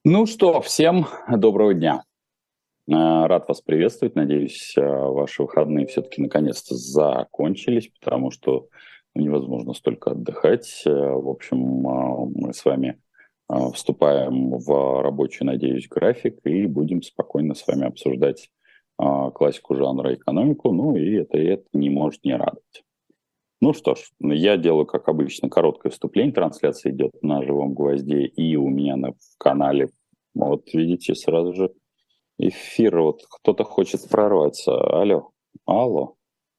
Ну что, всем доброго дня. Рад вас приветствовать. Надеюсь, ваши выходные все-таки наконец-то закончились, потому что невозможно столько отдыхать. В общем, мы с вами вступаем в рабочий, надеюсь, график и будем спокойно с вами обсуждать классику жанра экономику. Ну и это не может не радовать. Ну что ж, я делаю, как обычно, короткое вступление. Трансляция идет на живом гвозде и у меня на канале. Вот видите, сразу же эфир. Вот кто-то хочет прорваться. Алло, алло,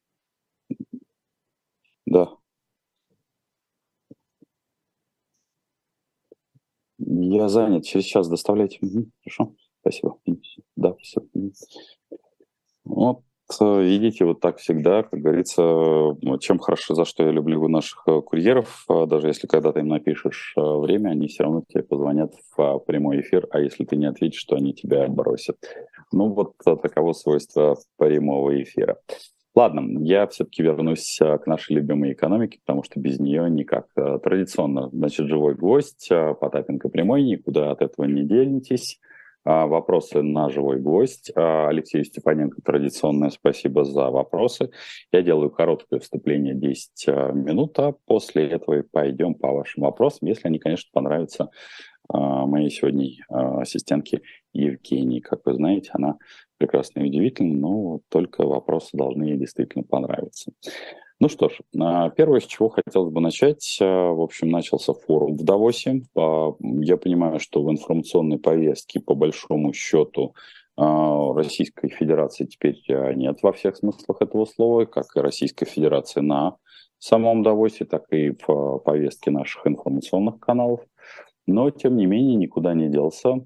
да. Я занят. Через час доставляйте. Мгм, хорошо, спасибо. Да, все. Вот, видите, вот так всегда, как говорится, чем хорошо, за что я люблю наших курьеров, даже если когда ты им напишешь время, они все равно тебе позвонят в прямой эфир, а если ты не ответишь, то они тебя бросят. Ну вот таково свойство прямого эфира. Ладно, я все-таки вернусь к нашей любимой экономике, потому что без нее никак. Традиционно, значит, живой гвоздь, Потапенко прямой, никуда от этого не денетесь. Вопросы на живой гвоздь. Алексею Степаненко традиционное спасибо за вопросы. Я делаю короткое вступление 10 минут, а после этого и пойдем по вашим вопросам, если они, конечно, понравятся моей сегодня ассистентке Евгении. Как вы знаете, она прекрасна и удивительна, но только вопросы должны ей действительно понравиться. Ну что ж, первое, с чего хотелось бы начать, в общем, начался форум в Давосе. Я понимаю, что в информационной повестке, по большому счету, Российской Федерации теперь нет во всех смыслах этого слова, как и Российской Федерации на самом Давосе, так и в повестке наших информационных каналов. Но, тем не менее, никуда не делся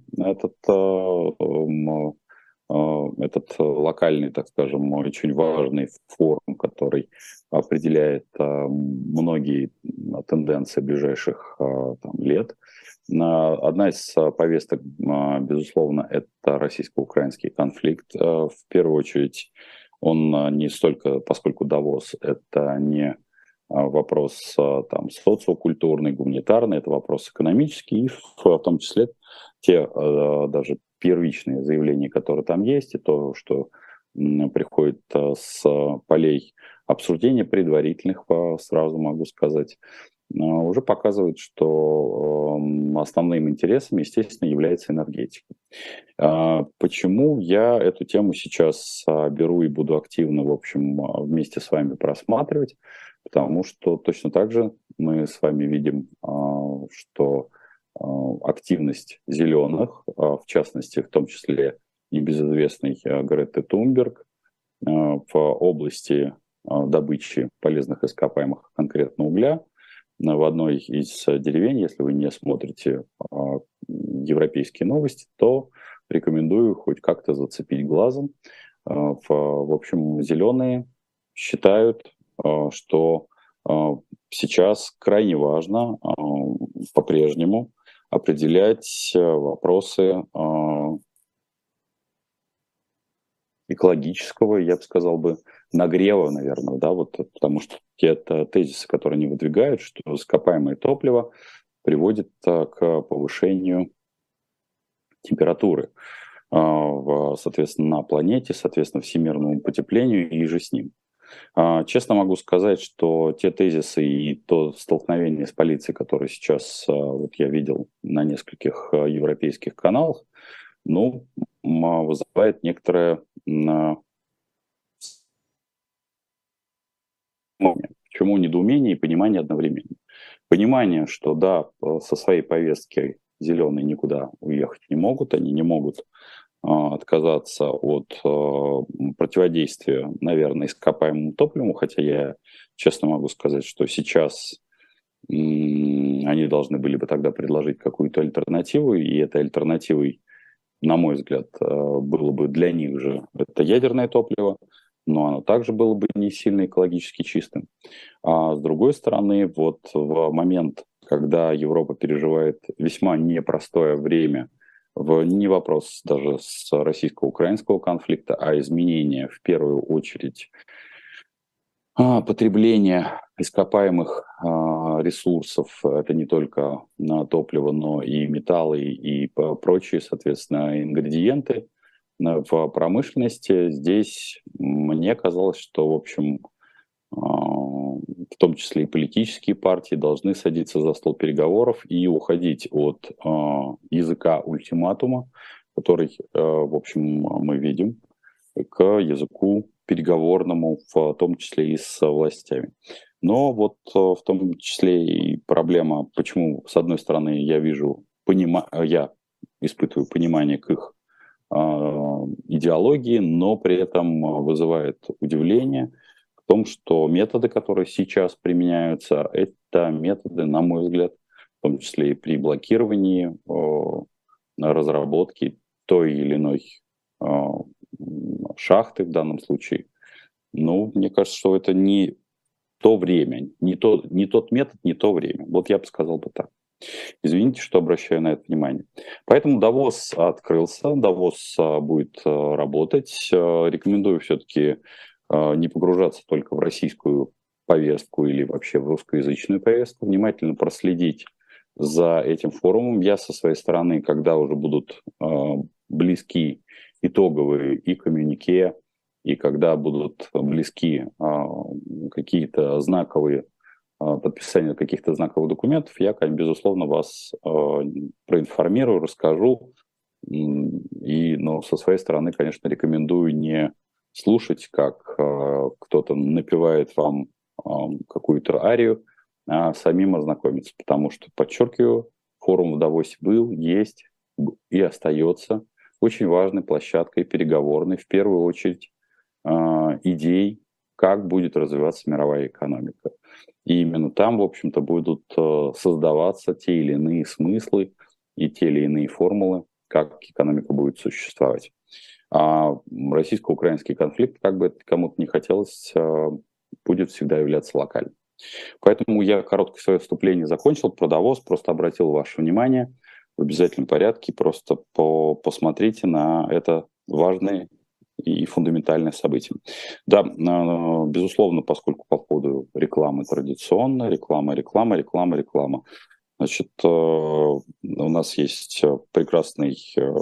этот локальный, так скажем, очень важный форум, который определяет многие тенденции ближайших лет. Одна из повесток, безусловно, это российско-украинский конфликт. В первую очередь, он не столько, поскольку Давос — это не вопрос там социокультурный, гуманитарный, это вопрос экономический, и в том числе те даже первичные заявления, которые там есть, и то, что приходит с полей обсуждения предварительных, сразу могу сказать, уже показывает, что основным интересом, естественно, является энергетика. Почему я эту тему сейчас беру и буду активно, в общем, вместе с вами просматривать? Потому что точно так же мы с вами видим, что активность зеленых, в частности, в том числе небезызвестный Греты Тунберг, в области добычи полезных ископаемых, конкретно угля, в одной из деревень, если вы не смотрите европейские новости, то рекомендую хоть как-то зацепить глазом. В общем, зеленые считают, что сейчас крайне важно по-прежнему определять вопросы экологического, я бы сказал бы, нагрева, наверное, да, вот, потому что те тезисы, которые они выдвигают, что ископаемое топливо приводит к повышению температуры, соответственно, на планете, соответственно, всемирному потеплению и же с ним. Честно могу сказать, что те тезисы и то столкновение с полицией, которое сейчас вот я видел на нескольких европейских каналах, ну, вызывает некоторое почему недоумение и понимание одновременно. Понимание, что да, со своей повесткой зеленые никуда уехать не могут, они не могут отказаться от противодействия, наверное, ископаемому топливу, хотя я честно могу сказать, что сейчас они должны были бы тогда предложить какую-то альтернативу, и этой альтернативой, на мой взгляд, было бы для них же это ядерное топливо, но оно также было бы не сильно экологически чистым. А с другой стороны, вот в момент, когда Европа переживает весьма непростое время, не вопрос даже с российско-украинского конфликта, а изменения в первую очередь Потребление ископаемых ресурсов, это не только топливо, но и металлы и прочие, соответственно, ингредиенты в промышленности. Здесь мне казалось, что, в общем, в том числе и политические партии должны садиться за стол переговоров и уходить от языка ультиматума, который, в общем, мы видим, к языку переговорному, в том числе и с властями. Но вот в том числе и проблема, почему, с одной стороны, я испытываю понимание к их идеологии, но при этом вызывает удивление в том, что методы, которые сейчас применяются, это методы, на мой взгляд, в том числе и при блокировании разработки той или иной шахты в данном случае. Ну, мне кажется, что это не то время, не тот метод, не то время. Вот я бы сказал бы так. Извините, что обращаю на это внимание. Поэтому Давос открылся, Давос будет работать. Рекомендую все-таки не погружаться только в российскую повестку или вообще в русскоязычную повестку, внимательно проследить за этим форумом. Я со своей стороны, когда уже будут близки итоговые и коммюнике, и когда будут близки какие-то знаковые подписания каких-то знаковых документов, я, конечно, безусловно, вас проинформирую, расскажу. Но со своей стороны, конечно, рекомендую не слушать, как кто-то напевает вам какую-то арию, а самим ознакомиться. Потому что, подчеркиваю, форум в Давосе был, есть и остается очень важной площадкой переговорной, в первую очередь, идей, как будет развиваться мировая экономика. И именно там, в общем-то, будут создаваться те или иные смыслы и те или иные формулы, как экономика будет существовать. А российско-украинский конфликт, как бы это кому-то не хотелось, будет всегда являться локальным. Поэтому я короткое свое вступление закончил про Давос, просто обратил ваше внимание в обязательном порядке, просто посмотрите на это важное и фундаментальное событие. Да, безусловно, поскольку по поводу рекламы традиционно, реклама. Значит, у нас есть прекрасный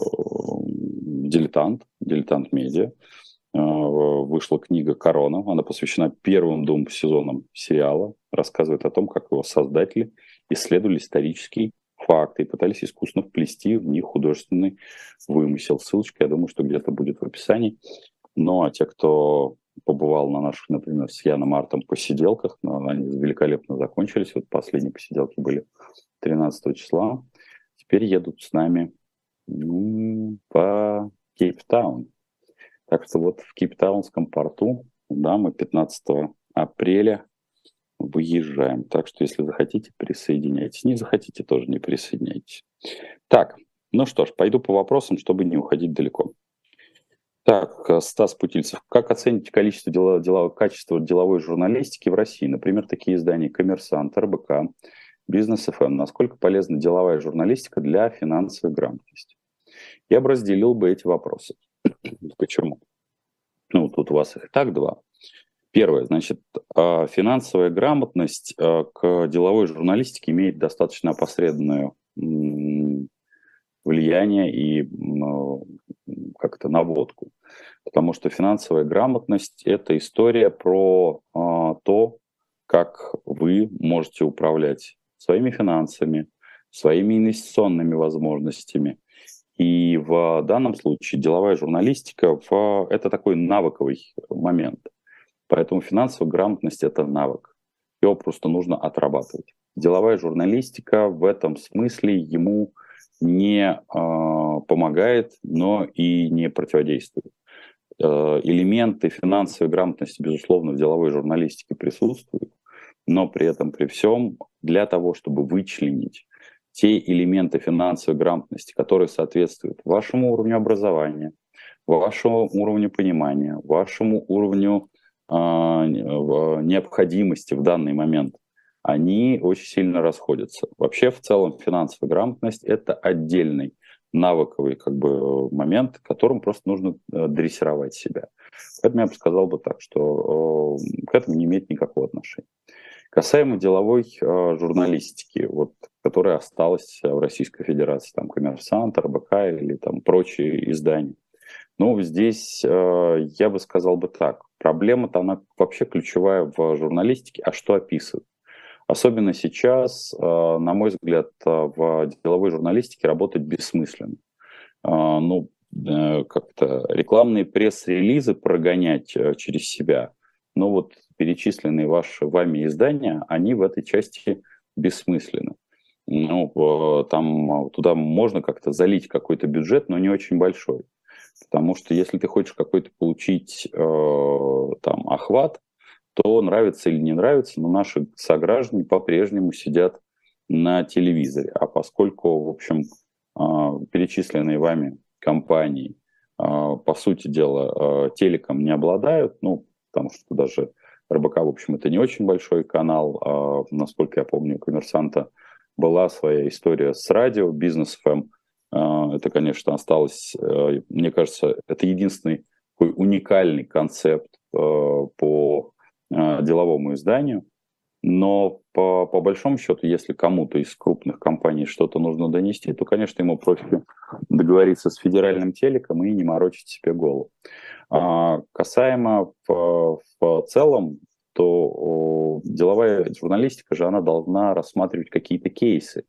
дилетант медиа. Вышла книга «Корона». Она посвящена первым двум сезонам сериала. Рассказывает о том, как его создатели исследовали исторические факты и пытались искусственно вплести в них художественный вымысел. Ссылочка, я думаю, что где-то будет в описании. Ну, а те, кто побывал на наших, например, с Яном Артом посиделках, они великолепно закончились. Вот последние посиделки были 13 числа. Теперь едут с нами по Кейптаун. Так что вот в Кейптаунском порту, да, мы 15 апреля выезжаем. Так что, если захотите, присоединяйтесь. Не захотите, тоже не присоединяйтесь. Так, ну что ж, пойду по вопросам, чтобы не уходить далеко. Так, Стас Путильцев. Как оцените качество деловой журналистики в России? Например, такие издания «Коммерсант», РБК, «Бизнес ФМ». Насколько полезна деловая журналистика для финансовой грамотности? Я бы разделил эти вопросы. Почему? Ну, тут у вас их и так два. Первое, значит, финансовая грамотность к деловой журналистике имеет достаточно опосредованное влияние и как-то наводку. Потому что финансовая грамотность – это история про то, как вы можете управлять своими финансами, своими инвестиционными возможностями. И в данном случае деловая журналистика – это такой навыковый момент. Поэтому финансовая грамотность – это навык. Его просто нужно отрабатывать. Деловая журналистика в этом смысле ему не помогает, но и не противодействует. Элементы финансовой грамотности, безусловно, в деловой журналистике присутствуют, но при этом, при всем, для того, чтобы вычленить те элементы финансовой грамотности, которые соответствуют вашему уровню образования, вашему уровню понимания, вашему уровню необходимости в данный момент, они очень сильно расходятся. Вообще, в целом, финансовая грамотность – это отдельный навыковый как бы момент, которым просто нужно дрессировать себя. Поэтому я бы сказал бы так, что к этому не имеет никакого отношения. Касаемо деловой журналистики, вот, которая осталась в Российской Федерации, там «Коммерсант», РБК или там прочие издания. Ну, здесь я бы сказал бы так. Проблема-то она вообще ключевая в журналистике, а что описывать? Особенно сейчас, на мой взгляд, в деловой журналистике работать бессмысленно. Ну, как-то рекламные пресс-релизы прогонять через себя. Но вот перечисленные вами издания, они в этой части бессмысленны. Ну, там туда можно как-то залить какой-то бюджет, но не очень большой. Потому что если ты хочешь какой-то получить там охват, то нравится или не нравится, но наши сограждане по-прежнему сидят на телевизоре. А поскольку, в общем, перечисленные вами компании, по сути дела, телеком не обладают, ну, потому что даже РБК, в общем, это не очень большой канал. Насколько я помню, у «Коммерсанта» была своя история с радио, «Бизнес ФМ». Это, конечно, осталось, мне кажется, это единственный такой уникальный концепт по деловому изданию. Но по большому счету, если кому-то из крупных компаний что-то нужно донести, то, конечно, ему проще договориться с федеральным телеком и не морочить себе голову. Касаемо в целом, то деловая журналистика же, она должна рассматривать какие-то кейсы,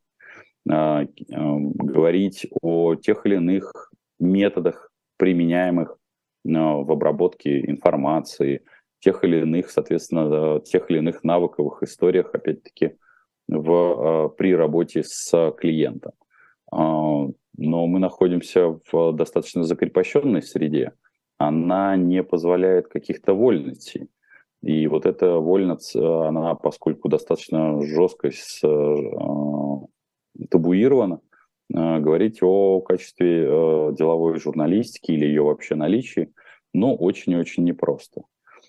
говорить о тех или иных методах, применяемых в обработке информации, тех или иных, соответственно, тех или иных навыковых историях, опять-таки, при работе с клиентом. Но мы находимся в достаточно закрепощенной среде. Она не позволяет каких-то вольностей. И вот эта вольность, она, поскольку достаточно жестко табуирована, говорить о качестве деловой журналистики или ее вообще наличии, ну, очень и очень непросто.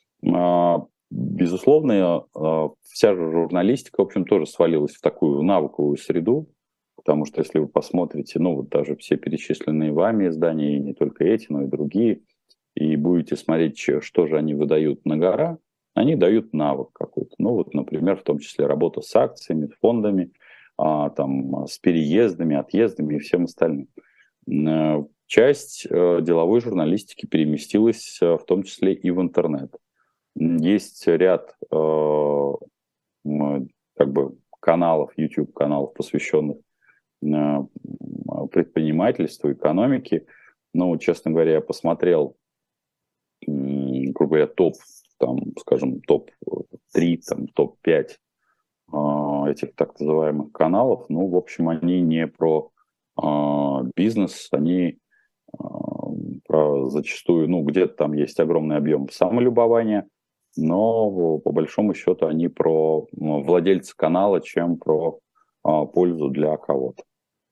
Безусловно, вся же журналистика, в общем, тоже свалилась в такую навыковую среду, потому что если вы посмотрите, ну, вот даже все перечисленные вами издания, и не только эти, но и другие, и будете смотреть, что же они выдают на гора, они дают навык какой-то. Ну, вот, например, в том числе работа с акциями, с фондами, там, с переездами, отъездами и всем остальным. Часть деловой журналистики переместилась в том числе и в интернет. Есть ряд как бы каналов, YouTube-каналов, посвященных предпринимательству, экономике. Ну, честно говоря, я посмотрел, грубо говоря, топ, там, скажем, топ-3, там, топ-5 этих так называемых каналов. Ну, в общем, они не про бизнес, они про зачастую, ну, где-то там есть огромный объем самолюбования, но по большому счету они про владельца канала, чем про пользу для кого-то.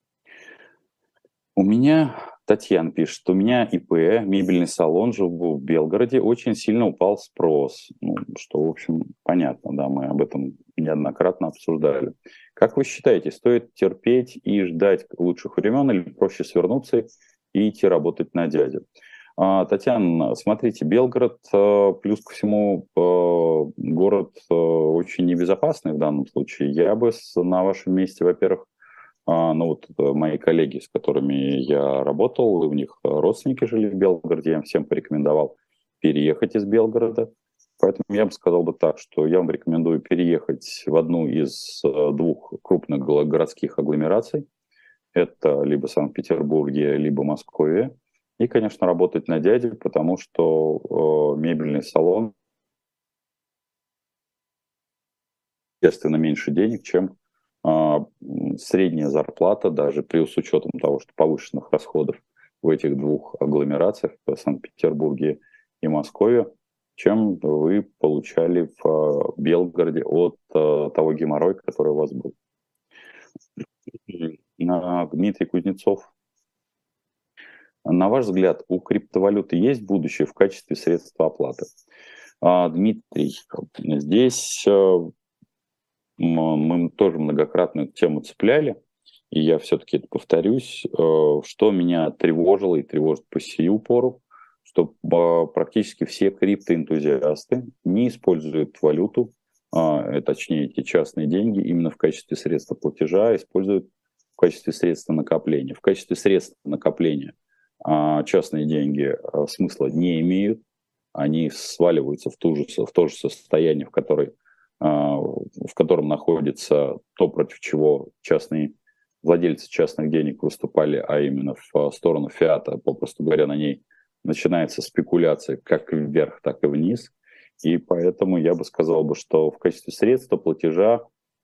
У меня, Татьяна пишет, у меня ИП, мебельный салон, живу в Белгороде, очень сильно упал спрос. Ну, что, в общем, понятно, да, мы об этом неоднократно обсуждали. Как вы считаете, стоит терпеть и ждать лучших времен или проще свернуться и идти работать на дядю? Татьяна, смотрите, Белгород, плюс ко всему, город очень небезопасный в данном случае. Я бы на вашем месте, во-первых, ну вот мои коллеги, с которыми я работал, у них родственники жили в Белгороде, я им всем порекомендовал переехать из Белгорода. Поэтому я бы сказал бы так, что я вам рекомендую переехать в одну из двух крупных городских агломераций. Это либо Санкт-Петербурге, либо Москве. И, конечно, работать на дяде, потому что мебельный салон, естественно, меньше денег, чем средняя зарплата, даже с учетом того, что повышенных расходов в этих двух агломерациях, в Санкт-Петербурге и Москве, чем вы получали в Белгороде от того геморроя, который у вас был. Дмитрий Кузнецов. На ваш взгляд, у криптовалюты есть будущее в качестве средства оплаты? Дмитрий, здесь мы тоже многократно эту тему цепляли. и я все-таки это повторюсь, что меня тревожило и тревожит по сию пору, что практически все криптоэнтузиасты не используют валюту, точнее эти частные деньги, именно в качестве средства платежа, а используют в качестве средства накопления. В качестве средства накопления частные деньги смысла не имеют, они сваливаются в то же состояние, в котором находится то, против чего владельцы частных денег выступали, а именно в сторону фиата, попросту говоря, на ней начинается спекуляция как вверх, так и вниз. И поэтому я бы сказал, что в качестве средства платежа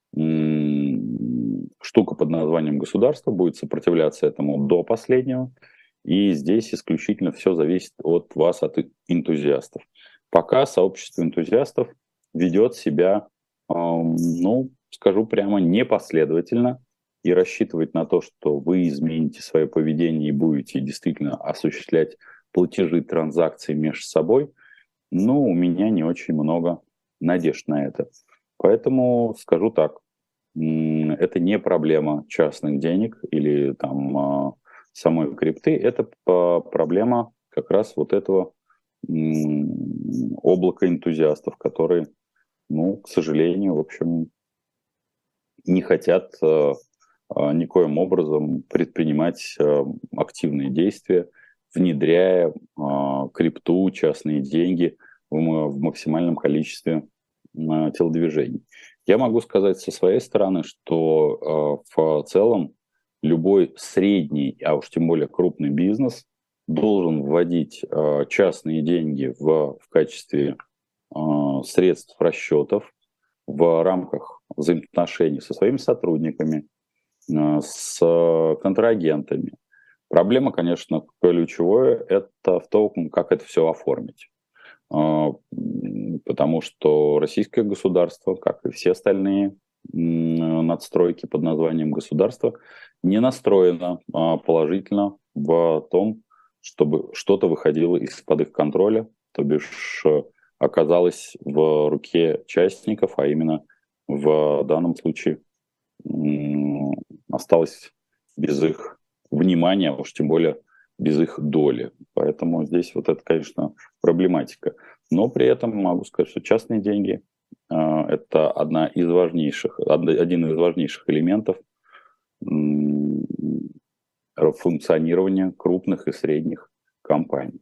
штука под названием государство будет сопротивляться этому до последнего. И здесь исключительно все зависит от вас, от энтузиастов. Пока сообщество энтузиастов ведет себя, ну, скажу прямо, непоследовательно, и рассчитывать на то, что вы измените свое поведение и будете действительно осуществлять платежи, транзакции между собой, ну, у меня не очень много надежд на это. Поэтому скажу так, это не проблема частных денег или там самой крипты, это проблема как раз вот этого облака энтузиастов, которые, ну, к сожалению, в общем, не хотят никоим образом предпринимать активные действия, внедряя крипту, частные деньги в максимальном количестве телодвижений. Я могу сказать со своей стороны, что в целом любой средний, а уж тем более крупный бизнес должен вводить частные деньги в качестве средств расчетов в рамках взаимоотношений со своими сотрудниками, с контрагентами. Проблема, конечно, ключевая, это в том, как это все оформить. Потому что российское государство, как и все остальные надстройки под названием государство, не настроено положительно в том, чтобы что-то выходило из-под их контроля, то бишь оказалось в руке частников, а именно в данном случае осталось без их внимания, а уж тем более без их доли. Поэтому здесь вот это, конечно, проблематика. Но при этом могу сказать, что частные деньги это один из важнейших элементов функционирования крупных и средних компаний.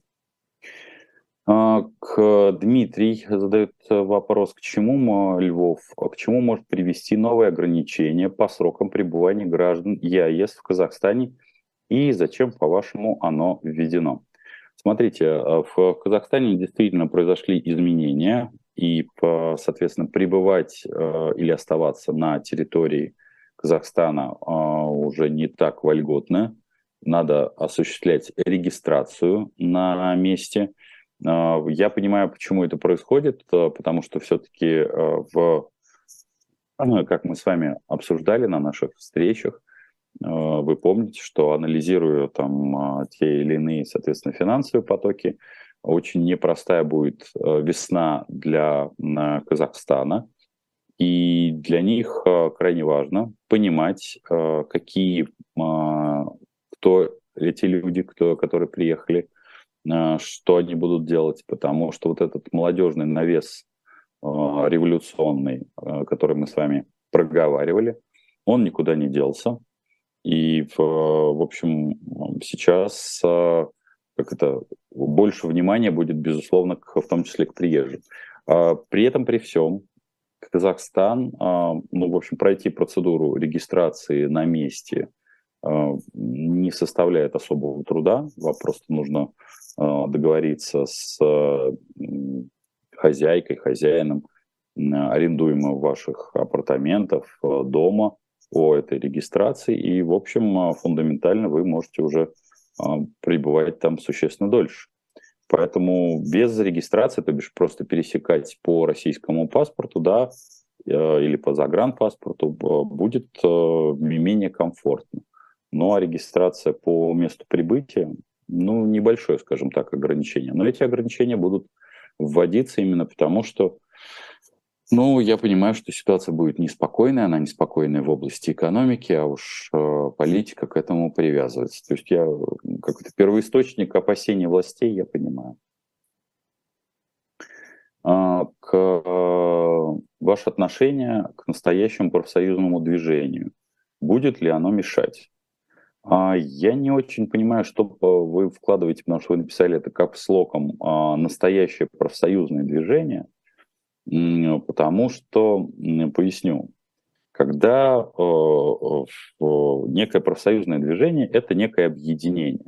Дмитрий задает вопрос, к чему, Львов, к чему может привести новое ограничение по срокам пребывания граждан ЕАЭС в Казахстане и зачем, по-вашему, оно введено? Смотрите, в Казахстане действительно произошли изменения, и, соответственно, пребывать или оставаться на территории Казахстана уже не так вольготно. Надо осуществлять регистрацию на месте. Я понимаю, почему это происходит, потому что все-таки как мы с вами обсуждали на наших встречах, вы помните, что анализируя там те или иные, соответственно, финансовые потоки, очень непростая будет весна для Казахстана. И для них крайне важно понимать, кто эти люди, которые приехали, что они будут делать, потому что вот этот молодежный навес революционный, который мы с вами проговаривали, он никуда не делся. И, в общем, сейчас больше внимания будет, безусловно, в том числе к приезжим. При этом, при всем, Казахстан, ну, в общем, пройти процедуру регистрации на месте не составляет особого труда. Вам просто нужно договориться с хозяйкой, хозяином арендуемых ваших апартаментов, дома о этой регистрации. И, в общем, фундаментально вы можете уже пребывать там существенно дольше. Поэтому без регистрации, то бишь просто пересекать по российскому паспорту, да, или по загранпаспорту, будет менее комфортно. Ну а регистрация по месту прибытия, ну, небольшое, скажем так, ограничение. Но эти ограничения будут вводиться именно потому, что Ну, я понимаю, что ситуация будет неспокойная, она неспокойная в области экономики, а уж политика к этому привязывается. То есть я какой-то первоисточник опасений властей, я понимаю. Ваше отношение к настоящему профсоюзному движению. Будет ли оно мешать? Я не очень понимаю, что вы вкладываете, потому что вы написали это капслоком «настоящее профсоюзное движение», потому что, поясню, когда некое профсоюзное движение– это некое объединение.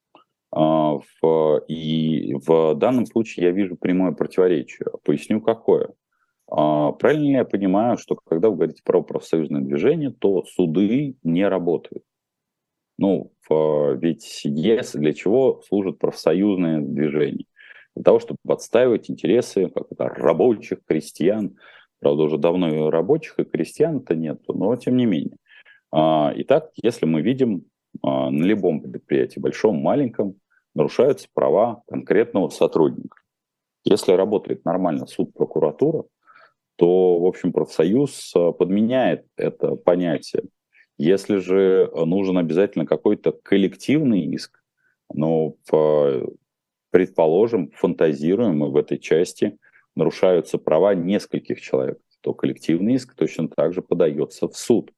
И в данном случае я вижу прямое противоречие. Поясню, какое. Правильно ли я понимаю, что когда вы говорите про профсоюзное движение, то суды не работают? Ну, ведь если для чего служит профсоюзное движение? Для того, чтобы отстаивать интересы как это, рабочих, крестьян. Правда, уже давно и рабочих, и крестьян-то нет, но тем не менее. Итак, если мы видим на любом предприятии, большом, маленьком, нарушаются права конкретного сотрудника. Если работает нормально суд, прокуратура, то, в общем, профсоюз подменяет это понятие. Если же нужен обязательно какой-то коллективный иск, ну, предположим, фантазируем мы в этой части, нарушаются права нескольких человек, то коллективный иск точно так же подается в суд.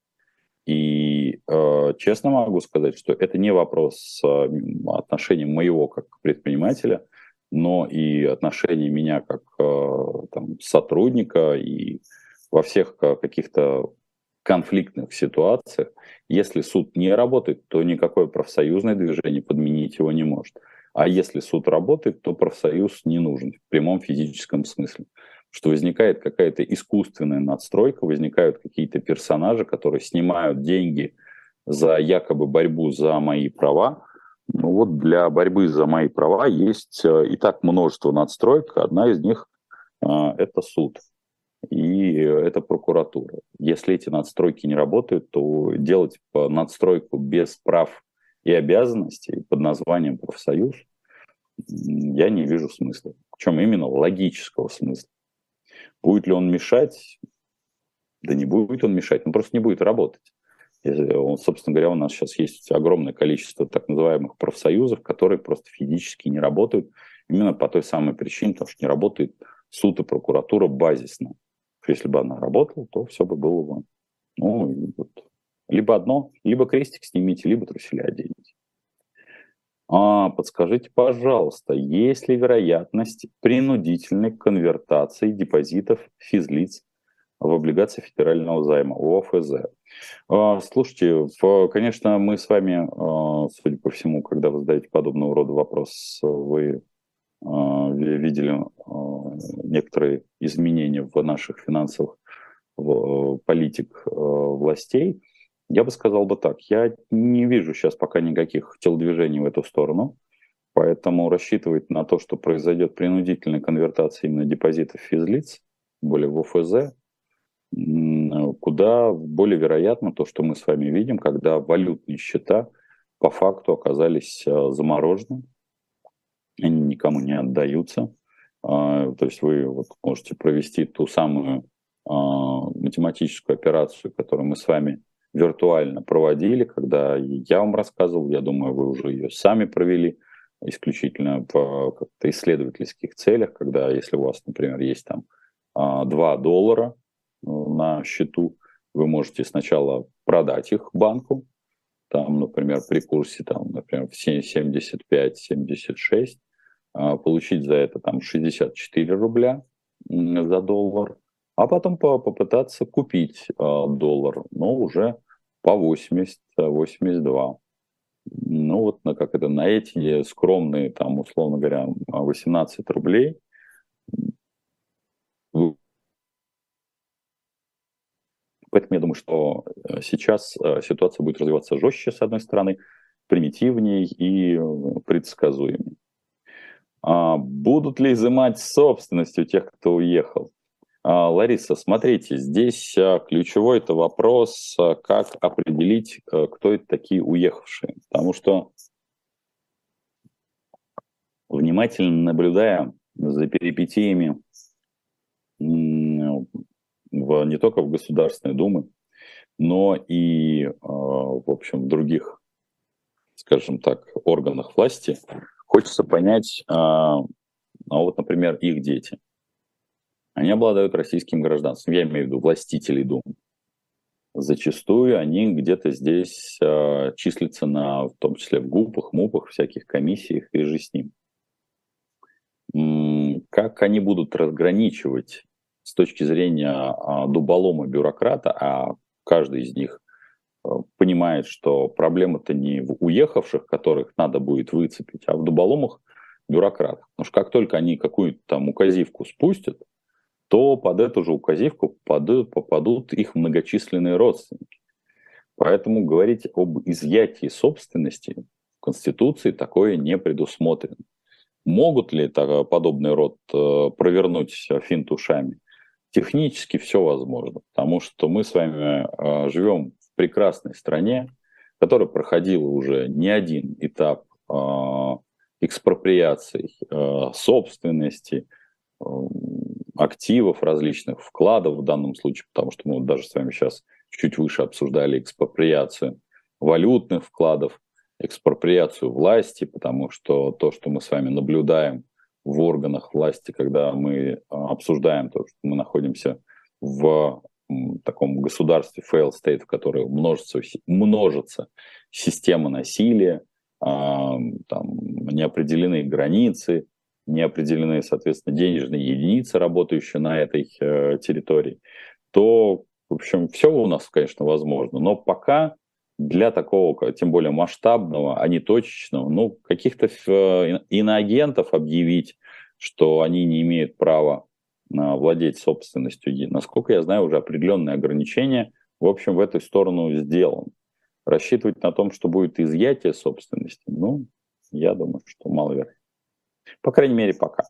И честно могу сказать, что это не вопрос отношения моего как предпринимателя, но и отношения меня как там, сотрудника и во всех каких-то конфликтных ситуациях. Если суд не работает, то никакое профсоюзное движение подменить его не может. А если суд работает, то профсоюз не нужен в прямом физическом смысле, что возникает какая-то искусственная надстройка, возникают какие-то персонажи, которые снимают деньги за якобы борьбу за мои права. Ну вот для борьбы за мои права есть и так множество надстроек. Одна из них это суд и это прокуратура. Если эти надстройки не работают, то делать надстройку без прав и обязанностей под названием профсоюз я не вижу смысла. Причем именно логического смысла. Будет ли он мешать? Да не будет он мешать, он просто не будет работать. Он, собственно говоря, у нас сейчас есть огромное количество так называемых профсоюзов, которые просто физически не работают именно по той самой причине, потому что не работает суд и прокуратура базисно. Если бы она работала, то все бы было бы. Ну, и вот, либо одно, либо крестик снимите, либо труселя оденете. Подскажите, пожалуйста, есть ли вероятность принудительной конвертации депозитов физлиц в облигации федерального займа, ОФЗ? Слушайте, конечно, мы с вами, судя по всему, когда вы задаете подобного рода вопрос, вы видели некоторые изменения в наших финансовых политик властей. Я бы сказал бы так, я не вижу сейчас пока никаких телодвижений в эту сторону, поэтому рассчитывать на то, что произойдет принудительная конвертация именно депозитов физлиц, более в ОФЗ, куда более вероятно то, что мы с вами видим, когда валютные счета по факту оказались заморожены, они никому не отдаются. То есть вы вот можете провести ту самую математическую операцию, которую мы с вами виртуально проводили, когда я вам рассказывал, я думаю, вы уже ее сами провели, исключительно в как-то исследовательских целях, когда если у вас, например, есть там $2 на счету, вы можете сначала продать их банку, там, например, при курсе, там, например, в 75-76, получить за это там 64 рубля за доллар, а потом попытаться купить доллар, но уже по 80-82. Ну вот как это, на эти скромные, там, условно говоря, 18 рублей Поэтому я думаю, что сейчас ситуация будет развиваться жестче, с одной стороны, примитивней и предсказуемей. Будут ли изымать собственность у тех, кто уехал? Лариса, смотрите, здесь ключевой это вопрос, как определить, кто это такие уехавшие. Потому что, внимательно наблюдая за перипетиями не только в Государственной Думе, но и, в общем, в других, скажем так, органах власти, хочется понять, вот, например, их дети. Они обладают российским гражданством, я имею в виду властителей Дум. Зачастую они где-то здесь числятся в том числе в ГУПах, МУПах, всяких комиссиях и же с ним. Как они будут разграничивать с точки зрения дуболома бюрократа, а каждый из них понимает, что проблема-то не в уехавших, которых надо будет выцепить, а в дуболомах бюрократов. Потому что как только они какую-то там указивку спустят, то под эту же указивку попадут их многочисленные родственники. Поэтому говорить об изъятии собственности в Конституции такое не предусмотрено. Могут ли подобный род провернуть финт ушами? Технически все возможно, потому что мы с вами живем в прекрасной стране, которая проходила уже не один этап экспроприаций собственности, активов различных, вкладов в данном случае, потому что мы даже с вами сейчас чуть выше обсуждали экспроприацию валютных вкладов, экспроприацию власти, потому что то, что мы с вами наблюдаем в органах власти, когда мы обсуждаем то, что мы находимся в таком государстве fail state, в котором множится система насилия, там неопределенные границы, не определены, соответственно, денежные единицы, работающие на этой территории, то, в общем, все у нас, конечно, возможно. Но пока для такого, тем более масштабного, а не точечного, каких-то иноагентов объявить, что они не имеют права владеть собственностью, насколько я знаю, уже определенные ограничения, в общем, в эту сторону сделаны. Рассчитывать на том, что будет изъятие собственности, я думаю, что маловероятно. По крайней мере, пока.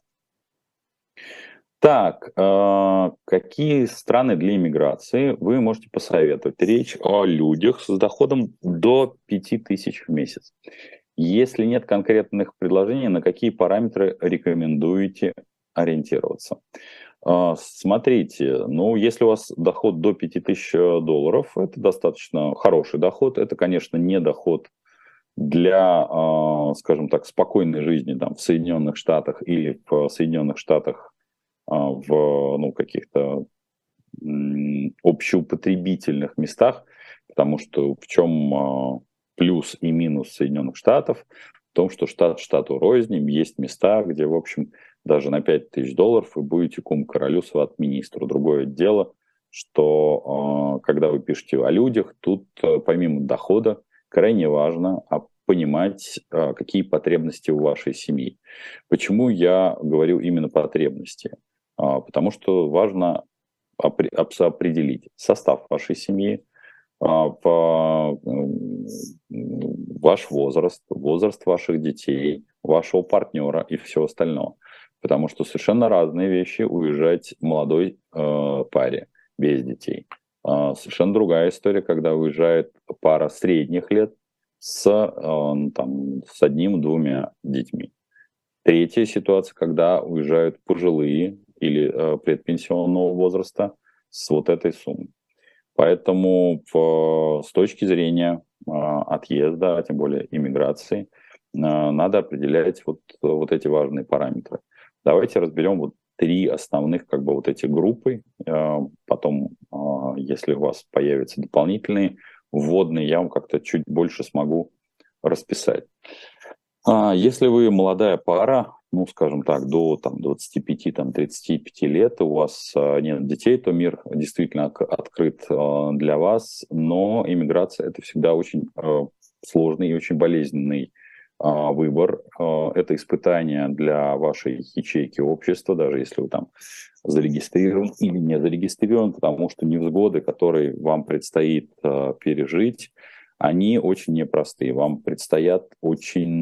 Так, какие страны для иммиграции вы можете посоветовать? Речь о людях с доходом до 5000 в месяц. Если нет конкретных предложений, на какие параметры рекомендуете ориентироваться? Смотрите, если у вас доход до $5000, это достаточно хороший доход. Это, конечно, не доход для, скажем так, спокойной жизни там, в Соединенных Штатах или в Соединенных Штатах в каких-то общеупотребительных местах, потому что в чем плюс и минус Соединенных Штатов? В том, что штат штату рознь, есть места, где, в общем, даже на $5000 вы будете кум-королю сват-министру. Другое дело, что когда вы пишете о людях, тут помимо дохода крайне важно понимать, какие потребности у вашей семьи. Почему я говорю именно потребности? Потому что важно определить состав вашей семьи, ваш возраст, возраст ваших детей, вашего партнера и все остальное. Потому что совершенно разные вещи уезжать молодой паре без детей. Совершенно другая история, когда уезжает пара средних лет с одним-двумя детьми. Третья ситуация, когда уезжают пожилые или предпенсионного возраста с вот этой суммой. Поэтому с точки зрения отъезда, а тем более иммиграции, надо определять вот эти важные параметры. Давайте разберем три основных эти группы. Потом, если у вас появятся дополнительные вводные, я вам как-то чуть больше смогу расписать. Если вы молодая пара, скажем так, до 25-35 лет, у вас нет детей, то мир действительно открыт для вас, но иммиграция – это всегда очень сложный и очень болезненный выбор. Это испытание для вашей ячейки общества, даже если вы там зарегистрирован или не зарегистрирован, потому что невзгоды, которые вам предстоит пережить, они очень непростые. Вам предстоят очень,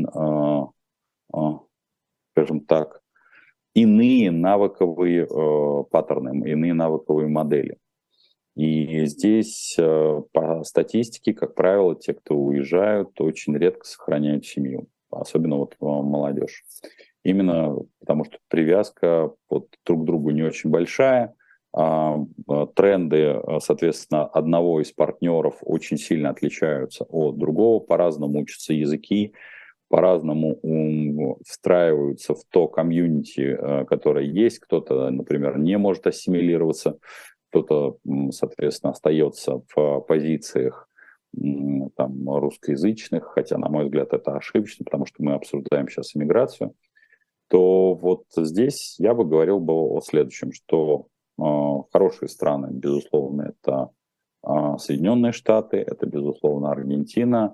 скажем так, иные навыковые паттерны, иные навыковые модели. И здесь по статистике, как правило, те, кто уезжают, очень редко сохраняют семью, особенно молодежь. Именно потому что привязка друг к другу не очень большая, тренды, соответственно, одного из партнеров очень сильно отличаются от другого, по-разному учатся языки, по-разному встраиваются в то комьюнити, которое есть. Кто-то, например, не может ассимилироваться, кто-то, соответственно, остается в позициях там, русскоязычных, хотя, на мой взгляд, это ошибочно, потому что мы обсуждаем сейчас иммиграцию. То вот здесь я бы говорил бы о следующем, что хорошие страны, безусловно, это Соединенные Штаты, это, безусловно, Аргентина,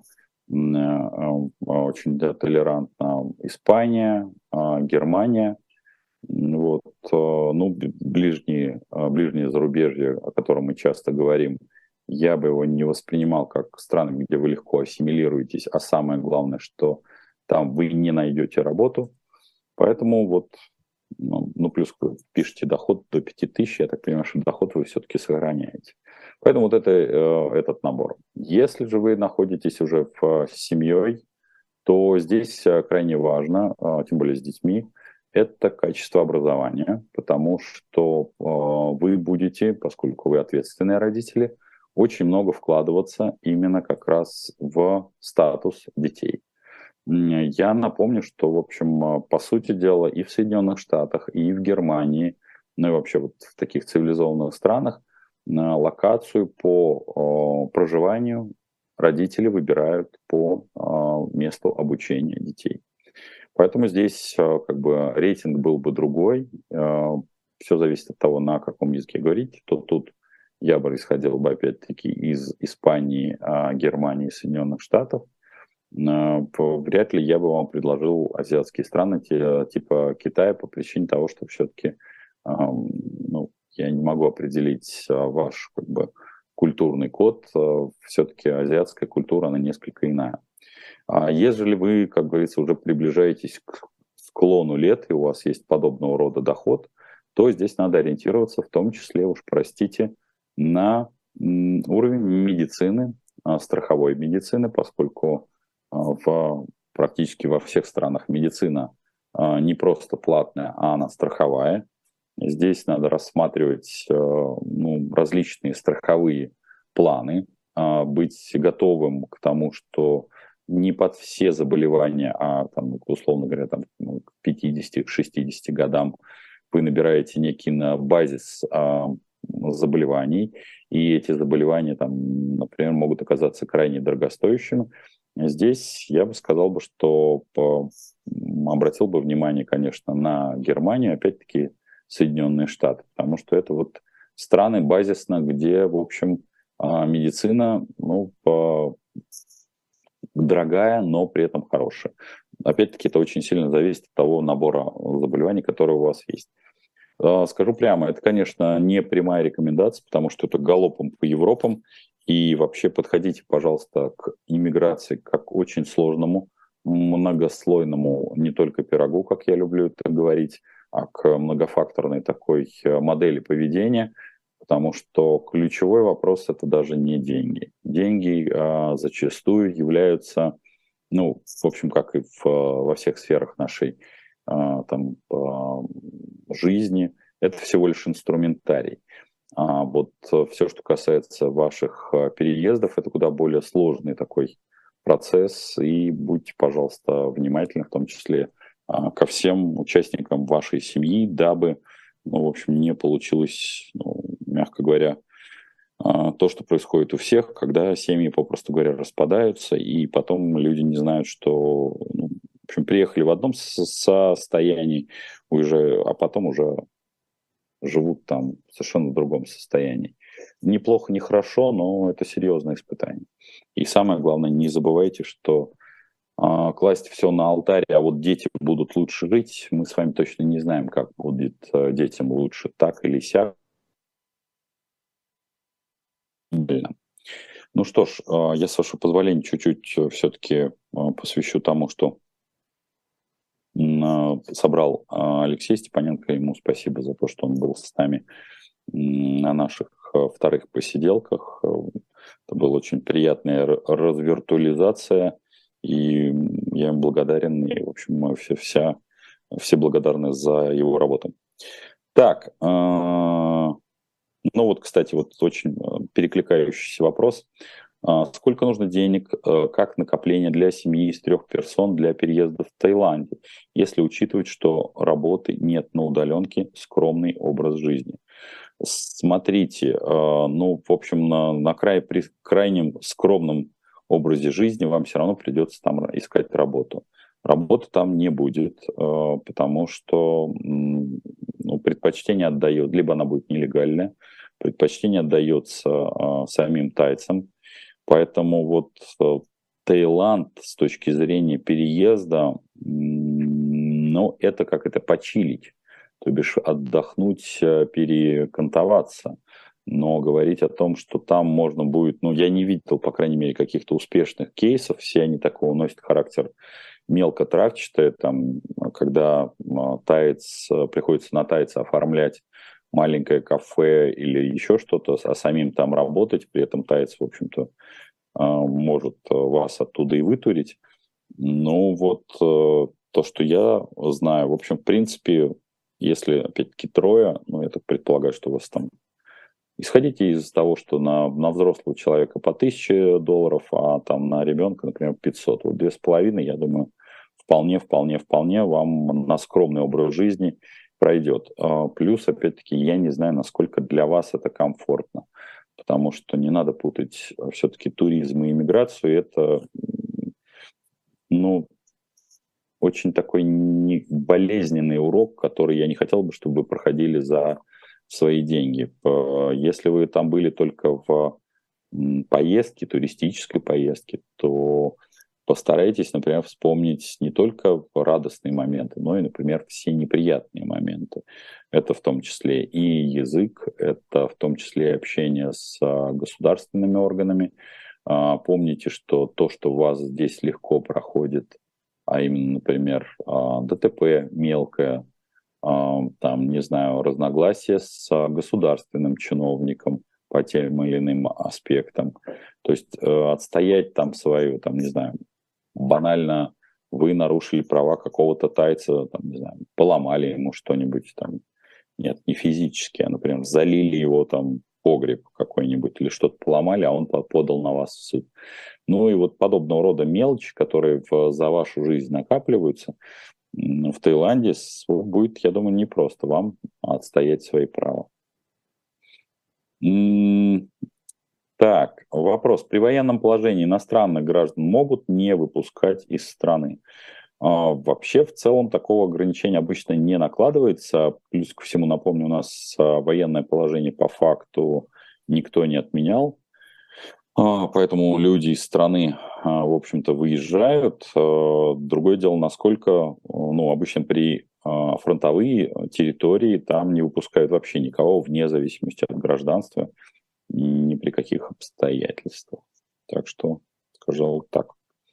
очень толерантна Испания, Германия. Вот, ну, ближнее зарубежье, о котором мы часто говорим, я бы его не воспринимал как страны, где вы легко ассимилируетесь, а самое главное, что там вы не найдете работу. Поэтому вот, ну плюс вы пишете доход до 5000, я так понимаю, что доход вы все-таки сохраняете. Поэтому вот это, этот набор. Если же вы находитесь уже с семьей, то здесь крайне важно, тем более с детьми, это качество образования, потому что вы будете, поскольку вы ответственные родители, очень много вкладываться именно как раз в статус детей. Я напомню, что, в общем, по сути дела, и в Соединенных Штатах, и в Германии, ну и вообще вот в таких цивилизованных странах, локацию по проживанию родители выбирают по месту обучения детей. Поэтому здесь как бы рейтинг был бы другой. Все зависит от того, на каком языке говорить. То тут я бы исходил бы опять-таки из Испании, Германии, Соединенных Штатов. Вряд ли я бы вам предложил азиатские страны типа Китая по причине того, что все-таки ну, я не могу определить ваш как бы, культурный код. Все-таки азиатская культура, она несколько иная. А ежели вы, как говорится, уже приближаетесь к склону лет, и у вас есть подобного рода доход, то здесь надо ориентироваться, в том числе, уж простите, на уровень медицины, страховой медицины, поскольку практически во всех странах медицина не просто платная, а она страховая. Здесь надо рассматривать ну, различные страховые планы, быть готовым к тому, что не под все заболевания, а там, условно говоря, там, ну, к 50-60 годам вы набираете некий базис заболеваний, и эти заболевания, там, например, могут оказаться крайне дорогостоящими. Здесь я бы сказал, бы, что обратил бы внимание, конечно, на Германию, опять-таки Соединенные Штаты, потому что это вот страны базисно, где, в общем, медицина, ну, дорогая, но при этом хорошая. Опять-таки, это очень сильно зависит от того набора заболеваний, которые у вас есть. Скажу прямо, это, конечно, не прямая рекомендация, потому что это галопом по Европам. И вообще подходите, пожалуйста, к иммиграции как к очень сложному, многослойному не только пирогу, как я люблю это говорить, а к многофакторной такой модели поведения, потому что ключевой вопрос это даже не деньги. Деньги зачастую являются, ну, в общем, как и во всех сферах нашей там, жизни, это всего лишь инструментарий. А вот все, что касается ваших переездов, это куда более сложный такой процесс, и будьте, пожалуйста, внимательны, в том числе ко всем участникам вашей семьи, дабы, ну, в общем, не получилось, ну, мягко говоря, то, что происходит у всех, когда семьи, попросту говоря, распадаются, и потом люди не знают, что, ну, в общем, приехали в одном состоянии, а потом уже живут там в совершенно другом состоянии. Неплохо, не хорошо, но это серьезное испытание. И самое главное, не забывайте, что класть все на алтарь, а вот дети будут лучше жить, мы с вами точно не знаем, как будет детям лучше, так или сяк. Ну что ж, я, с вашего позволения, чуть-чуть все-таки посвящу тому, что собрал Алексей Степаненко. Ему спасибо за то, что он был с нами на наших вторых посиделках. Это была очень приятная развиртуализация, и я им благодарен, и, в общем, мы все благодарны за его работу. Так, Ну вот, кстати, вот очень перекликающийся вопрос. Сколько нужно денег, как накопление для семьи из 3 персон для переезда в Таиланде, если учитывать, что работы нет на удаленке, скромный образ жизни? Смотрите, ну, в общем, при крайнем скромном образе жизни вам все равно придется там искать работу. Работы там не будет, потому что ну, предпочтение отдает, либо она будет нелегальная, предпочтение отдается самим тайцам. Поэтому вот Таиланд с точки зрения переезда, ну, это как это почилить, то бишь отдохнуть, перекантоваться. Но говорить о том, что там можно будет, ну, я не видел, по крайней мере, каких-то успешных кейсов, все они такого носят характер мелкотравчатое, там, когда таец, приходится на тайца оформлять маленькое кафе или еще что-то, а самим там работать, при этом таец, в общем-то, может вас оттуда и вытурить. Ну, вот то, что я знаю, в общем, в принципе, если, опять-таки, трое, ну, я так предполагаю, что у вас там... Исходите из того, что на взрослого человека по $1000, а там на ребенка, например, 500. Вот 2,5, я думаю, вполне вам на скромный образ жизни пройдет. Плюс, опять-таки, я не знаю, насколько для вас это комфортно, потому что не надо путать все-таки туризм и иммиграцию. Это, ну, очень такой болезненный урок, который я не хотел бы, чтобы вы проходили за свои деньги. Если вы там были только в поездке, туристической поездке, то постарайтесь, например, вспомнить не только радостные моменты, но и, например, все неприятные моменты. Это в том числе и язык, это в том числе и общение с государственными органами. Помните, что то, что у вас здесь легко проходит, а именно, например, ДТП мелкое, там, не знаю, разногласия с государственным чиновником по тем или иным аспектам. То есть отстоять там свою, там, не знаю, банально вы нарушили права какого-то тайца, там, не знаю, поломали ему что-нибудь там, нет, не физически, а, например, залили его там погреб какой-нибудь или что-то поломали, а он подал на вас в суд. Ну и вот подобного рода мелочи, которые за вашу жизнь накапливаются, в Таиланде будет, я думаю, непросто вам отстоять свои права. Так, вопрос. При военном положении иностранных граждан могут не выпускать из страны? Вообще, в целом, такого ограничения обычно не накладывается. Плюс ко всему, напомню, у нас военное положение по факту никто не отменял. Поэтому люди из страны, в общем-то, выезжают. Другое дело, насколько, ну, обычно при фронтовые территории там не выпускают вообще никого, вне зависимости от гражданства, ни при каких обстоятельствах. Так что, скажу вот так.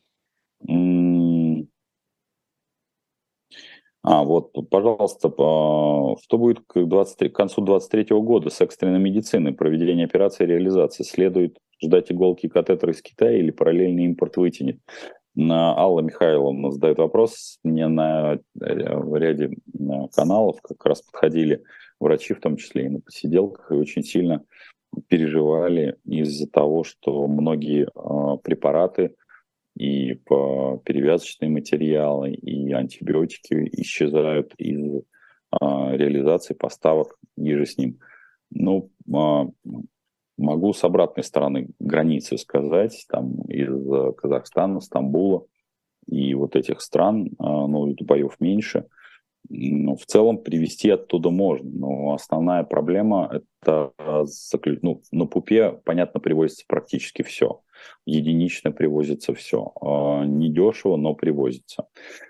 Вот, пожалуйста, что будет к концу 2023 года с экстренной медициной, проведение операции и реализации? Следует ждать иголки и катетеры из Китая или параллельный импорт вытянет? Алла Михайловна задает вопрос. Мне в ряде каналов как раз подходили врачи, в том числе и на посиделках, и очень сильно переживали из-за того, что многие препараты и перевязочные материалы, и антибиотики исчезают из реализации поставок ниже с ним. Ну, могу с обратной стороны границы сказать, там из Казахстана, Стамбула и вот этих стран, ну, боев меньше. Ну, в целом привезти оттуда можно, но основная проблема это ну, на пупе, понятно, привозится практически все. Единично привозится все. Недешево, но привозится.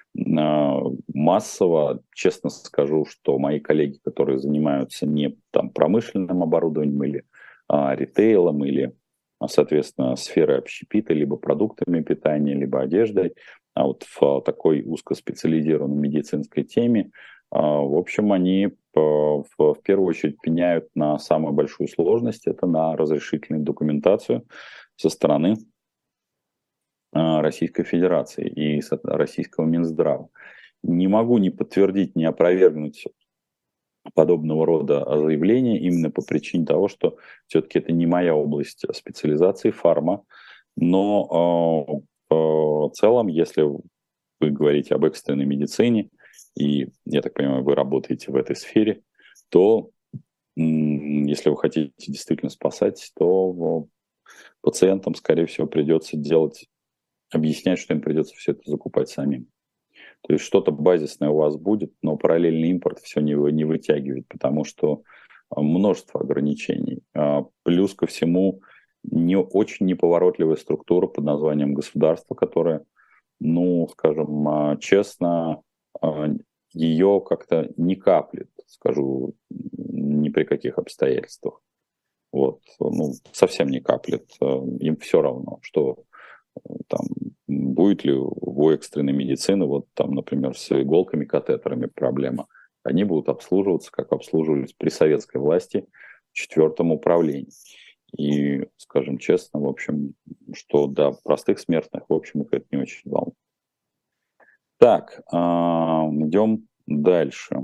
Массово, честно скажу, что мои коллеги, которые занимаются не там промышленным оборудованием или ритейлом, или, соответственно, сферой общепита, либо продуктами питания, либо одеждой, а вот в такой узкоспециализированной медицинской теме, в общем, они в первую очередь пеняют на самую большую сложность, это на разрешительную документацию со стороны Российской Федерации и Российского Минздрава. Не могу ни подтвердить, ни опровергнуть подобного рода заявления именно по причине того, что все-таки это не моя область специализации, фарма, но в целом, если вы говорите об экстренной медицине, и, я так понимаю, вы работаете в этой сфере, то если вы хотите действительно спасать, то пациентам, скорее всего, придется объяснять, что им придется все это закупать самим. То есть что-то базисное у вас будет, но параллельный импорт все не вытягивает, потому что множество ограничений. Плюс ко всему, не очень неповоротливая структура под названием государство, которая, ну, скажем, честно, ее как-то не каплет, скажу, ни при каких обстоятельствах. Вот, ну, совсем не каплет. Им все равно, что там будет ли у экстренной медицины, вот там, например, с иголками, катетерами проблема. Они будут обслуживаться, как обслуживались при советской власти в четвертом управлении. И, скажем честно, в общем, что до простых смертных, в общем, их это не очень волнует. Так, идем дальше.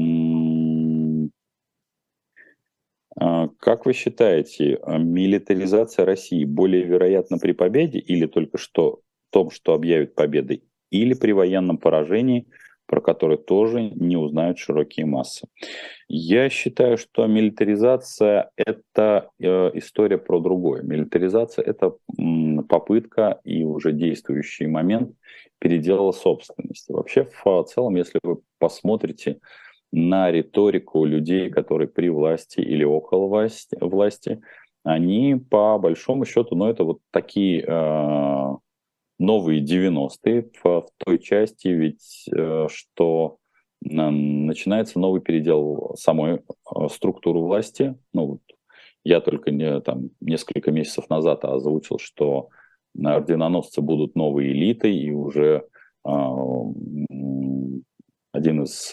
Как вы считаете, милитаризация России более вероятна при победе или только что в том, что объявит победой, или при военном поражении, про которое тоже не узнают широкие массы? Я считаю, что милитаризация – это история про другое. Милитаризация – это попытка и уже действующий момент передела собственности. Вообще, в целом, если вы посмотрите на риторику людей, которые при власти или около власти, они по большому счету, ну это вот такие новые 90-е в той части, ведь что начинается новый передел самой структуры власти. Ну, вот я только там, несколько месяцев назад озвучил, что орденоносцы будут новой элитой, и уже один из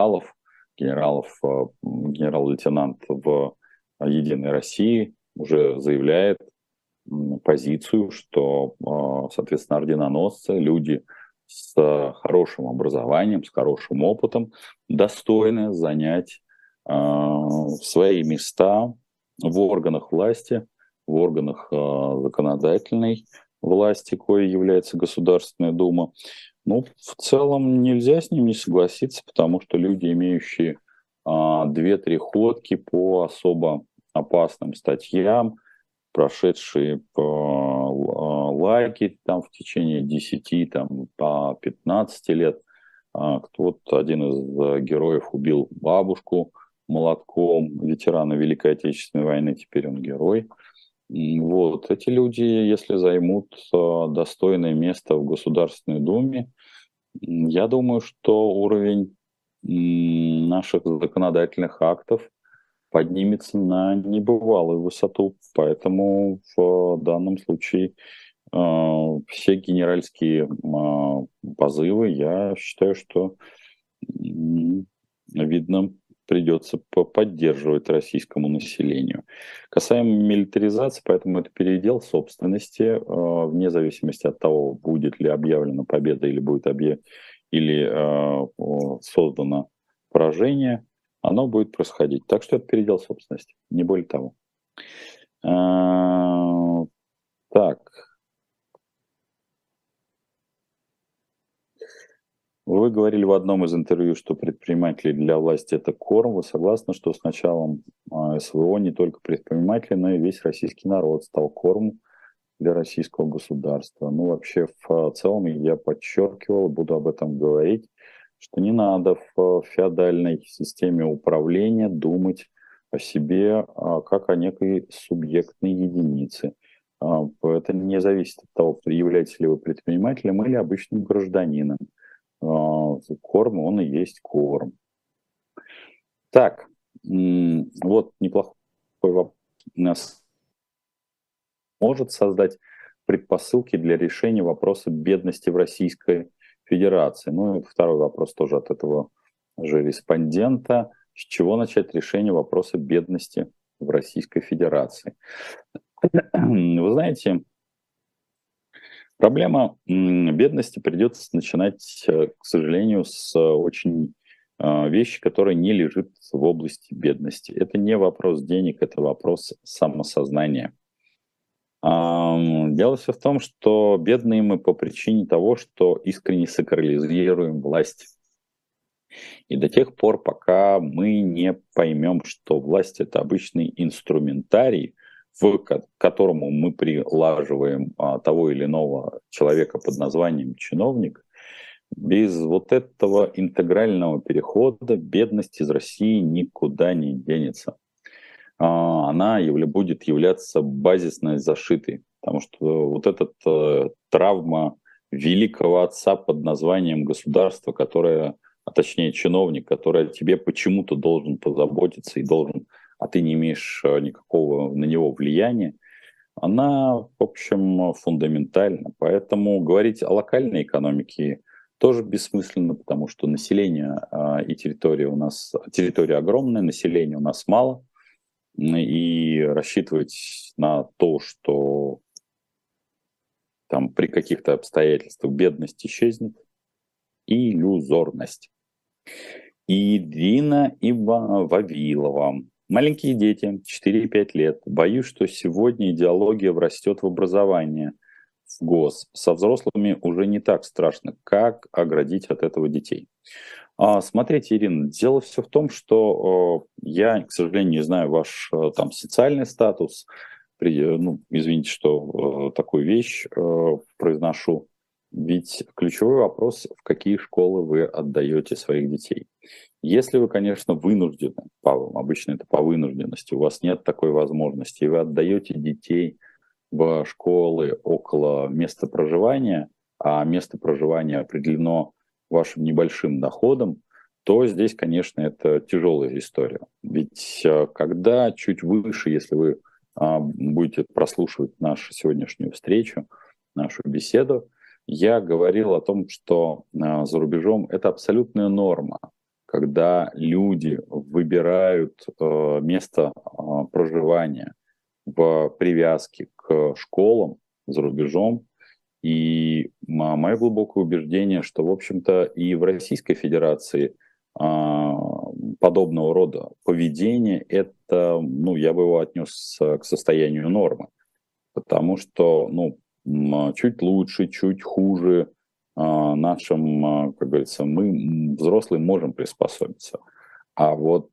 генерал-лейтенант в «Единой России» уже заявляет позицию, что, соответственно, орденоносцы, люди с хорошим образованием, с хорошим опытом, достойны занять свои места в органах власти, в органах законодательной власти, коей является Государственная Дума. Ну, в целом нельзя с ним не согласиться, потому что люди, имеющие 2-3 ходки по особо опасным статьям, прошедшие по лагерь там, в течение 10, там, по 15 лет. Кто-то, один из героев, убил бабушку молотком, ветерана Великой Отечественной войны, теперь он герой. Вот. Эти люди, если займут достойное место в Государственной Думе, я думаю, что уровень наших законодательных актов поднимется на небывалую высоту. Поэтому в данном случае все генеральские позывы, я считаю, что видно, придется поддерживать российскому населению. Касаемо милитаризации, поэтому это передел собственности, вне зависимости от того, будет ли объявлена победа или будет создано поражение, оно будет происходить. Так что это передел собственности, не более того. Так. Вы говорили в одном из интервью, что предприниматели для власти – это корм. Вы согласны, что с началом СВО не только предприниматели, но и весь российский народ стал кормом для российского государства? Ну, вообще, в целом, я подчеркивал, буду об этом говорить, что не надо в феодальной системе управления думать о себе как о некой субъектной единице. Это не зависит от того, являетесь ли вы предпринимателем или обычным гражданином. Корм, он и есть корм. Так, вот неплохой вопрос. Нас может создать предпосылки для решения вопроса бедности в Российской Федерации. Ну, и второй вопрос тоже от этого же респондента. С чего начать решение вопроса бедности в Российской Федерации? Вы знаете, проблема бедности придется начинать, к сожалению, с очень вещи, которые не лежат в области бедности. Это не вопрос денег, это вопрос самосознания. Дело все в том, что бедные мы по причине того, что искренне сакрализируем власть. И до тех пор, пока мы не поймем, что власть – это обычный инструментарий, к которому мы прилаживаем того или иного человека под названием чиновник, без вот этого интегрального перехода бедность из России никуда не денется. Она будет являться базисной зашитой, потому что вот эта травма великого отца под названием государство, которое, а точнее чиновник, который о тебе почему-то должен позаботиться и должен, а ты не имеешь никакого на него влияния, она, в общем, фундаментальна. Поэтому говорить о локальной экономике тоже бессмысленно, потому что население и территория у нас, территория огромная, населения у нас мало, и рассчитывать на то, что там при каких-то обстоятельствах бедность исчезнет, иллюзорность. Ирина Вавилова. Маленькие дети, 4-5 лет. Боюсь, что сегодня идеология врастет в образование, в ГОС. Со взрослыми уже не так страшно. Как оградить от этого детей? Смотрите, Ирина, дело все в том, что я, к сожалению, не знаю ваш там социальный статус. Извините, что такую вещь произношу. Ведь ключевой вопрос, в какие школы вы отдаете своих детей. Если вы, конечно, вынуждены, обычно это по вынужденности, у вас нет такой возможности, и вы отдаете детей в школы около места проживания, а место проживания определено вашим небольшим доходом, то здесь, конечно, это тяжелая история. Ведь когда чуть выше, если вы будете прослушивать нашу сегодняшнюю встречу, нашу беседу, я говорил о том, что за рубежом это абсолютная норма, когда люди выбирают место проживания в привязке к школам за рубежом. И мое глубокое убеждение, что, в общем-то, и в Российской Федерации подобного рода поведение, это, я бы его отнес к состоянию нормы. Потому что, чуть лучше, чуть хуже нашим, как говорится, мы, взрослые, можем приспособиться. А вот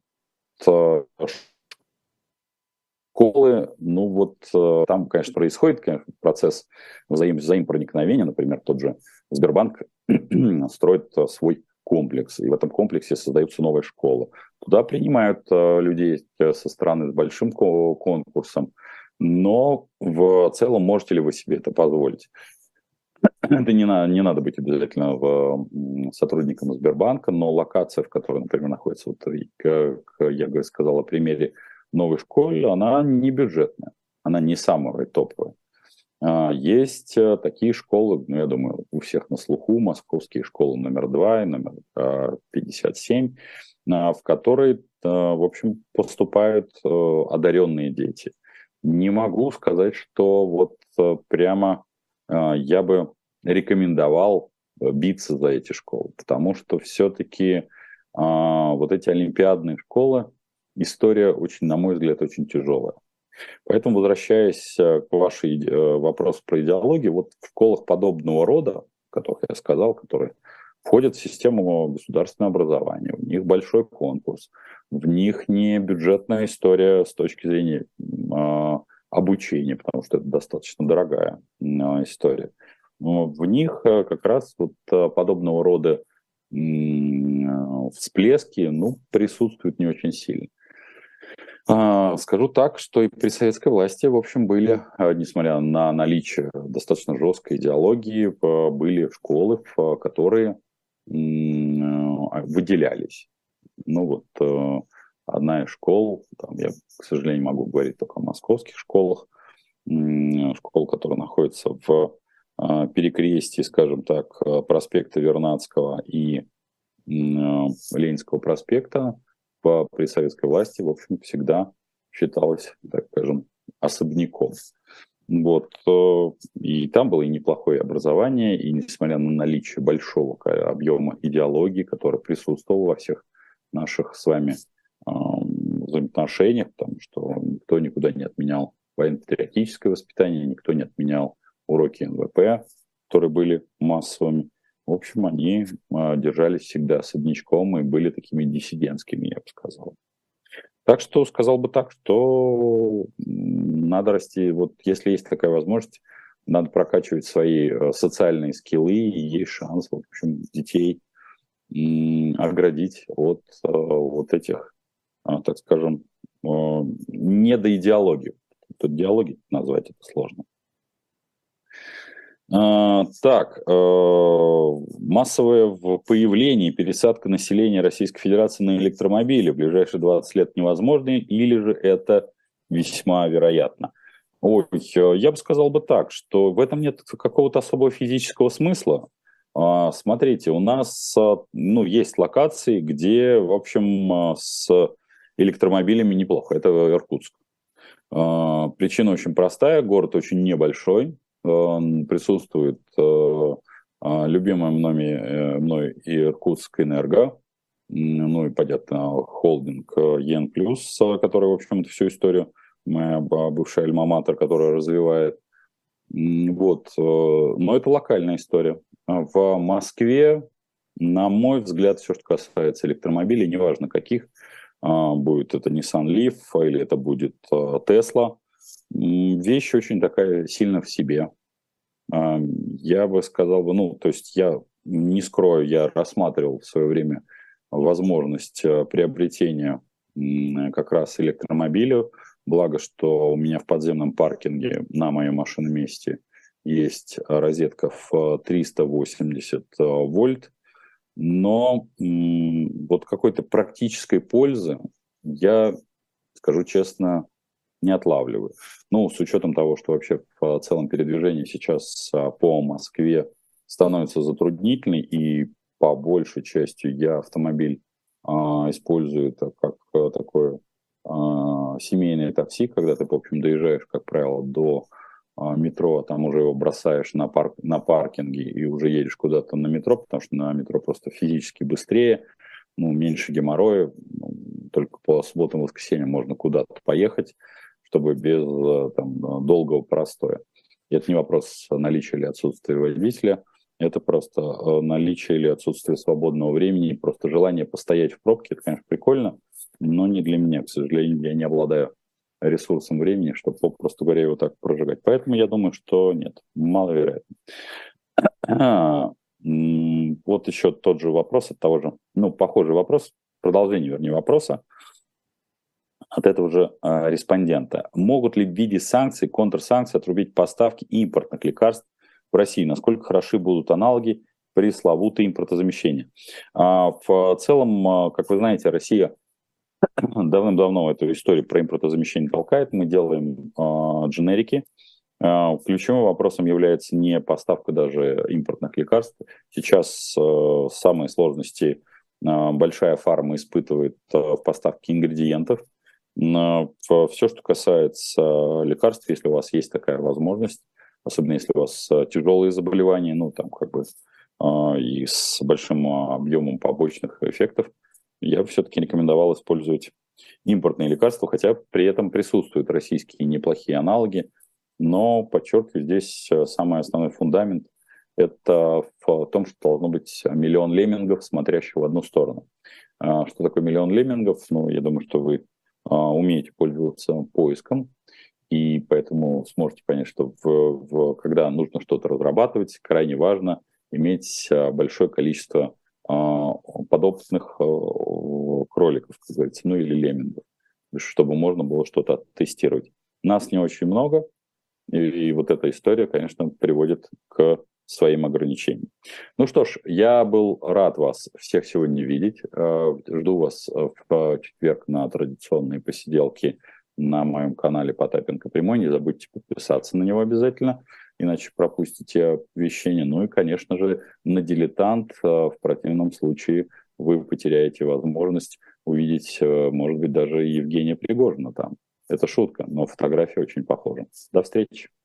школы, там, конечно, происходит процесс взаимопроникновения. Например, тот же Сбербанк строит свой комплекс, и в этом комплексе создаются новые школы. Туда принимают людей со страны с большим конкурсом, но в целом можете ли вы себе это позволить? Это не надо быть обязательно сотрудником Сбербанка, но локация, в которой, например, находится, как я сказал о примере новой школы, она не бюджетная, она не самая топовая. Есть такие школы, я думаю, у всех на слуху, московские школы номер 2 и номер 57, в которые, в общем, поступают одаренные дети. Не могу сказать, что вот прямо я бы рекомендовал биться за эти школы, потому что все-таки вот эти олимпиадные школы, история очень, на мой взгляд, очень тяжелая. Поэтому, возвращаясь к вашей вопросу про идеологию, вот в школах подобного рода, о которых я сказал, которые входят в систему государственного образования, у них большой конкурс, в них не бюджетная история с точки зрения обучения, потому что это достаточно дорогая история. Но в них как раз вот подобного рода всплески присутствуют не очень сильно. Скажу так, что и при советской власти, в общем, были, несмотря на наличие достаточно жесткой идеологии, были школы, которые выделялись. Одна из школ, я, к сожалению, могу говорить только о московских школах, школ, которые находятся в перекрестии, скажем так, проспекта Вернадского и Ленинского проспекта, при советской власти, в общем, всегда считалось, так скажем, особняком. И там было и неплохое образование, и несмотря на наличие большого объема идеологии, которая присутствовала во всех наших с вами взаимоотношениях, потому что никто никуда не отменял военно-патриотическое воспитание, никто не отменял уроки НВП, которые были массовыми. В общем, они держались всегда особнячком и были такими диссидентскими, я бы сказал. Так что сказал бы так, что надо расти, вот если есть такая возможность, надо прокачивать свои социальные скиллы, и есть шанс, в общем, детей оградить от вот этих, так скажем, недоидеологии. Тут идеологией назвать это сложно. Так, массовое появление, пересадка населения Российской Федерации на электромобили в ближайшие 20 лет невозможно, или же это весьма вероятно? Ой, я бы сказал бы так, что в этом нет какого-то особого физического смысла. Смотрите, у нас ну, есть локации, где, в общем, с электромобилями неплохо. Это Иркутск. Причина очень простая, город очень небольшой, присутствует любимая мной и Иркутск Энерго, ну и, понятно, холдинг ЕН+, который, в общем-то, всю историю, моя бывшая альма-матер, которая развивает. Вот. Но это локальная история. В Москве, на мой взгляд, все, что касается электромобилей, неважно каких, будет это Nissan Leaf или это будет Tesla, вещь очень такая сильно в себе. Я бы сказал, ну, то есть я не скрою, я рассматривал в свое время возможность приобретения как раз электромобиля, благо, что у меня в подземном паркинге на моем машиноместе есть розетка в 380 вольт, но вот какой-то практической пользы я, скажу честно, не отлавливаю. Ну, с учетом того, что вообще в целом передвижение сейчас по Москве становится затруднительной, и по большей части я автомобиль использую это как такое семейное такси, когда ты, в общем, доезжаешь, как правило, до метро, а там уже его бросаешь на паркинге и уже едешь куда-то на метро, потому что на метро просто физически быстрее, ну, меньше геморроя, ну, только по субботам и воскресеньям можно куда-то поехать, чтобы без там, долгого простоя. И это не вопрос наличия или отсутствия водителя, это просто наличие или отсутствие свободного времени, просто желание постоять в пробке. Это, конечно, прикольно, но не для меня. К сожалению, я не обладаю ресурсом времени, чтобы, попросту говоря, его так прожигать. Поэтому я думаю, что нет, маловероятно. Вот еще тот же вопрос от того же, ну, похожий вопрос, продолжение, вернее, вопроса от этого же респондента. Могут ли в виде санкций, контрсанкций отрубить поставки импортных лекарств в России? Насколько хороши будут аналоги пресловутое импортозамещение? В целом, как вы знаете, Россия давным-давно эту историю про импортозамещение толкает. Мы делаем дженерики. Ключевым вопросом является не поставка даже импортных лекарств. Сейчас самые сложности большая фарма испытывает в поставке ингредиентов. Все, что касается лекарств, если у вас есть такая возможность, особенно если у вас тяжелые заболевания, ну, там, как бы, и с большим объемом побочных эффектов, я бы все-таки рекомендовал использовать импортные лекарства, хотя при этом присутствуют российские неплохие аналоги, но, подчеркиваю, здесь самый основной фундамент – это в том, что должно быть миллион леммингов, смотрящих в одну сторону. Что такое миллион леммингов? Ну, я думаю, что вы умеете пользоваться поиском, и поэтому сможете понять, что когда нужно что-то разрабатывать, крайне важно иметь большое количество подопытных кроликов, как говорится, ну или леммингов, чтобы можно было что-то тестировать. Нас не очень много, и вот эта история, конечно, приводит к своим ограничениям. Ну что ж, я был рад вас всех сегодня видеть. Жду вас в четверг на традиционные посиделки на моем канале Потапенко Прямой. Не забудьте подписаться на него обязательно, иначе пропустите оповещение. Ну и, конечно же, на «Дилетант». В противном случае вы потеряете возможность увидеть, может быть, даже Евгения Пригожина там. Это шутка, но фотография очень похожа. До встречи.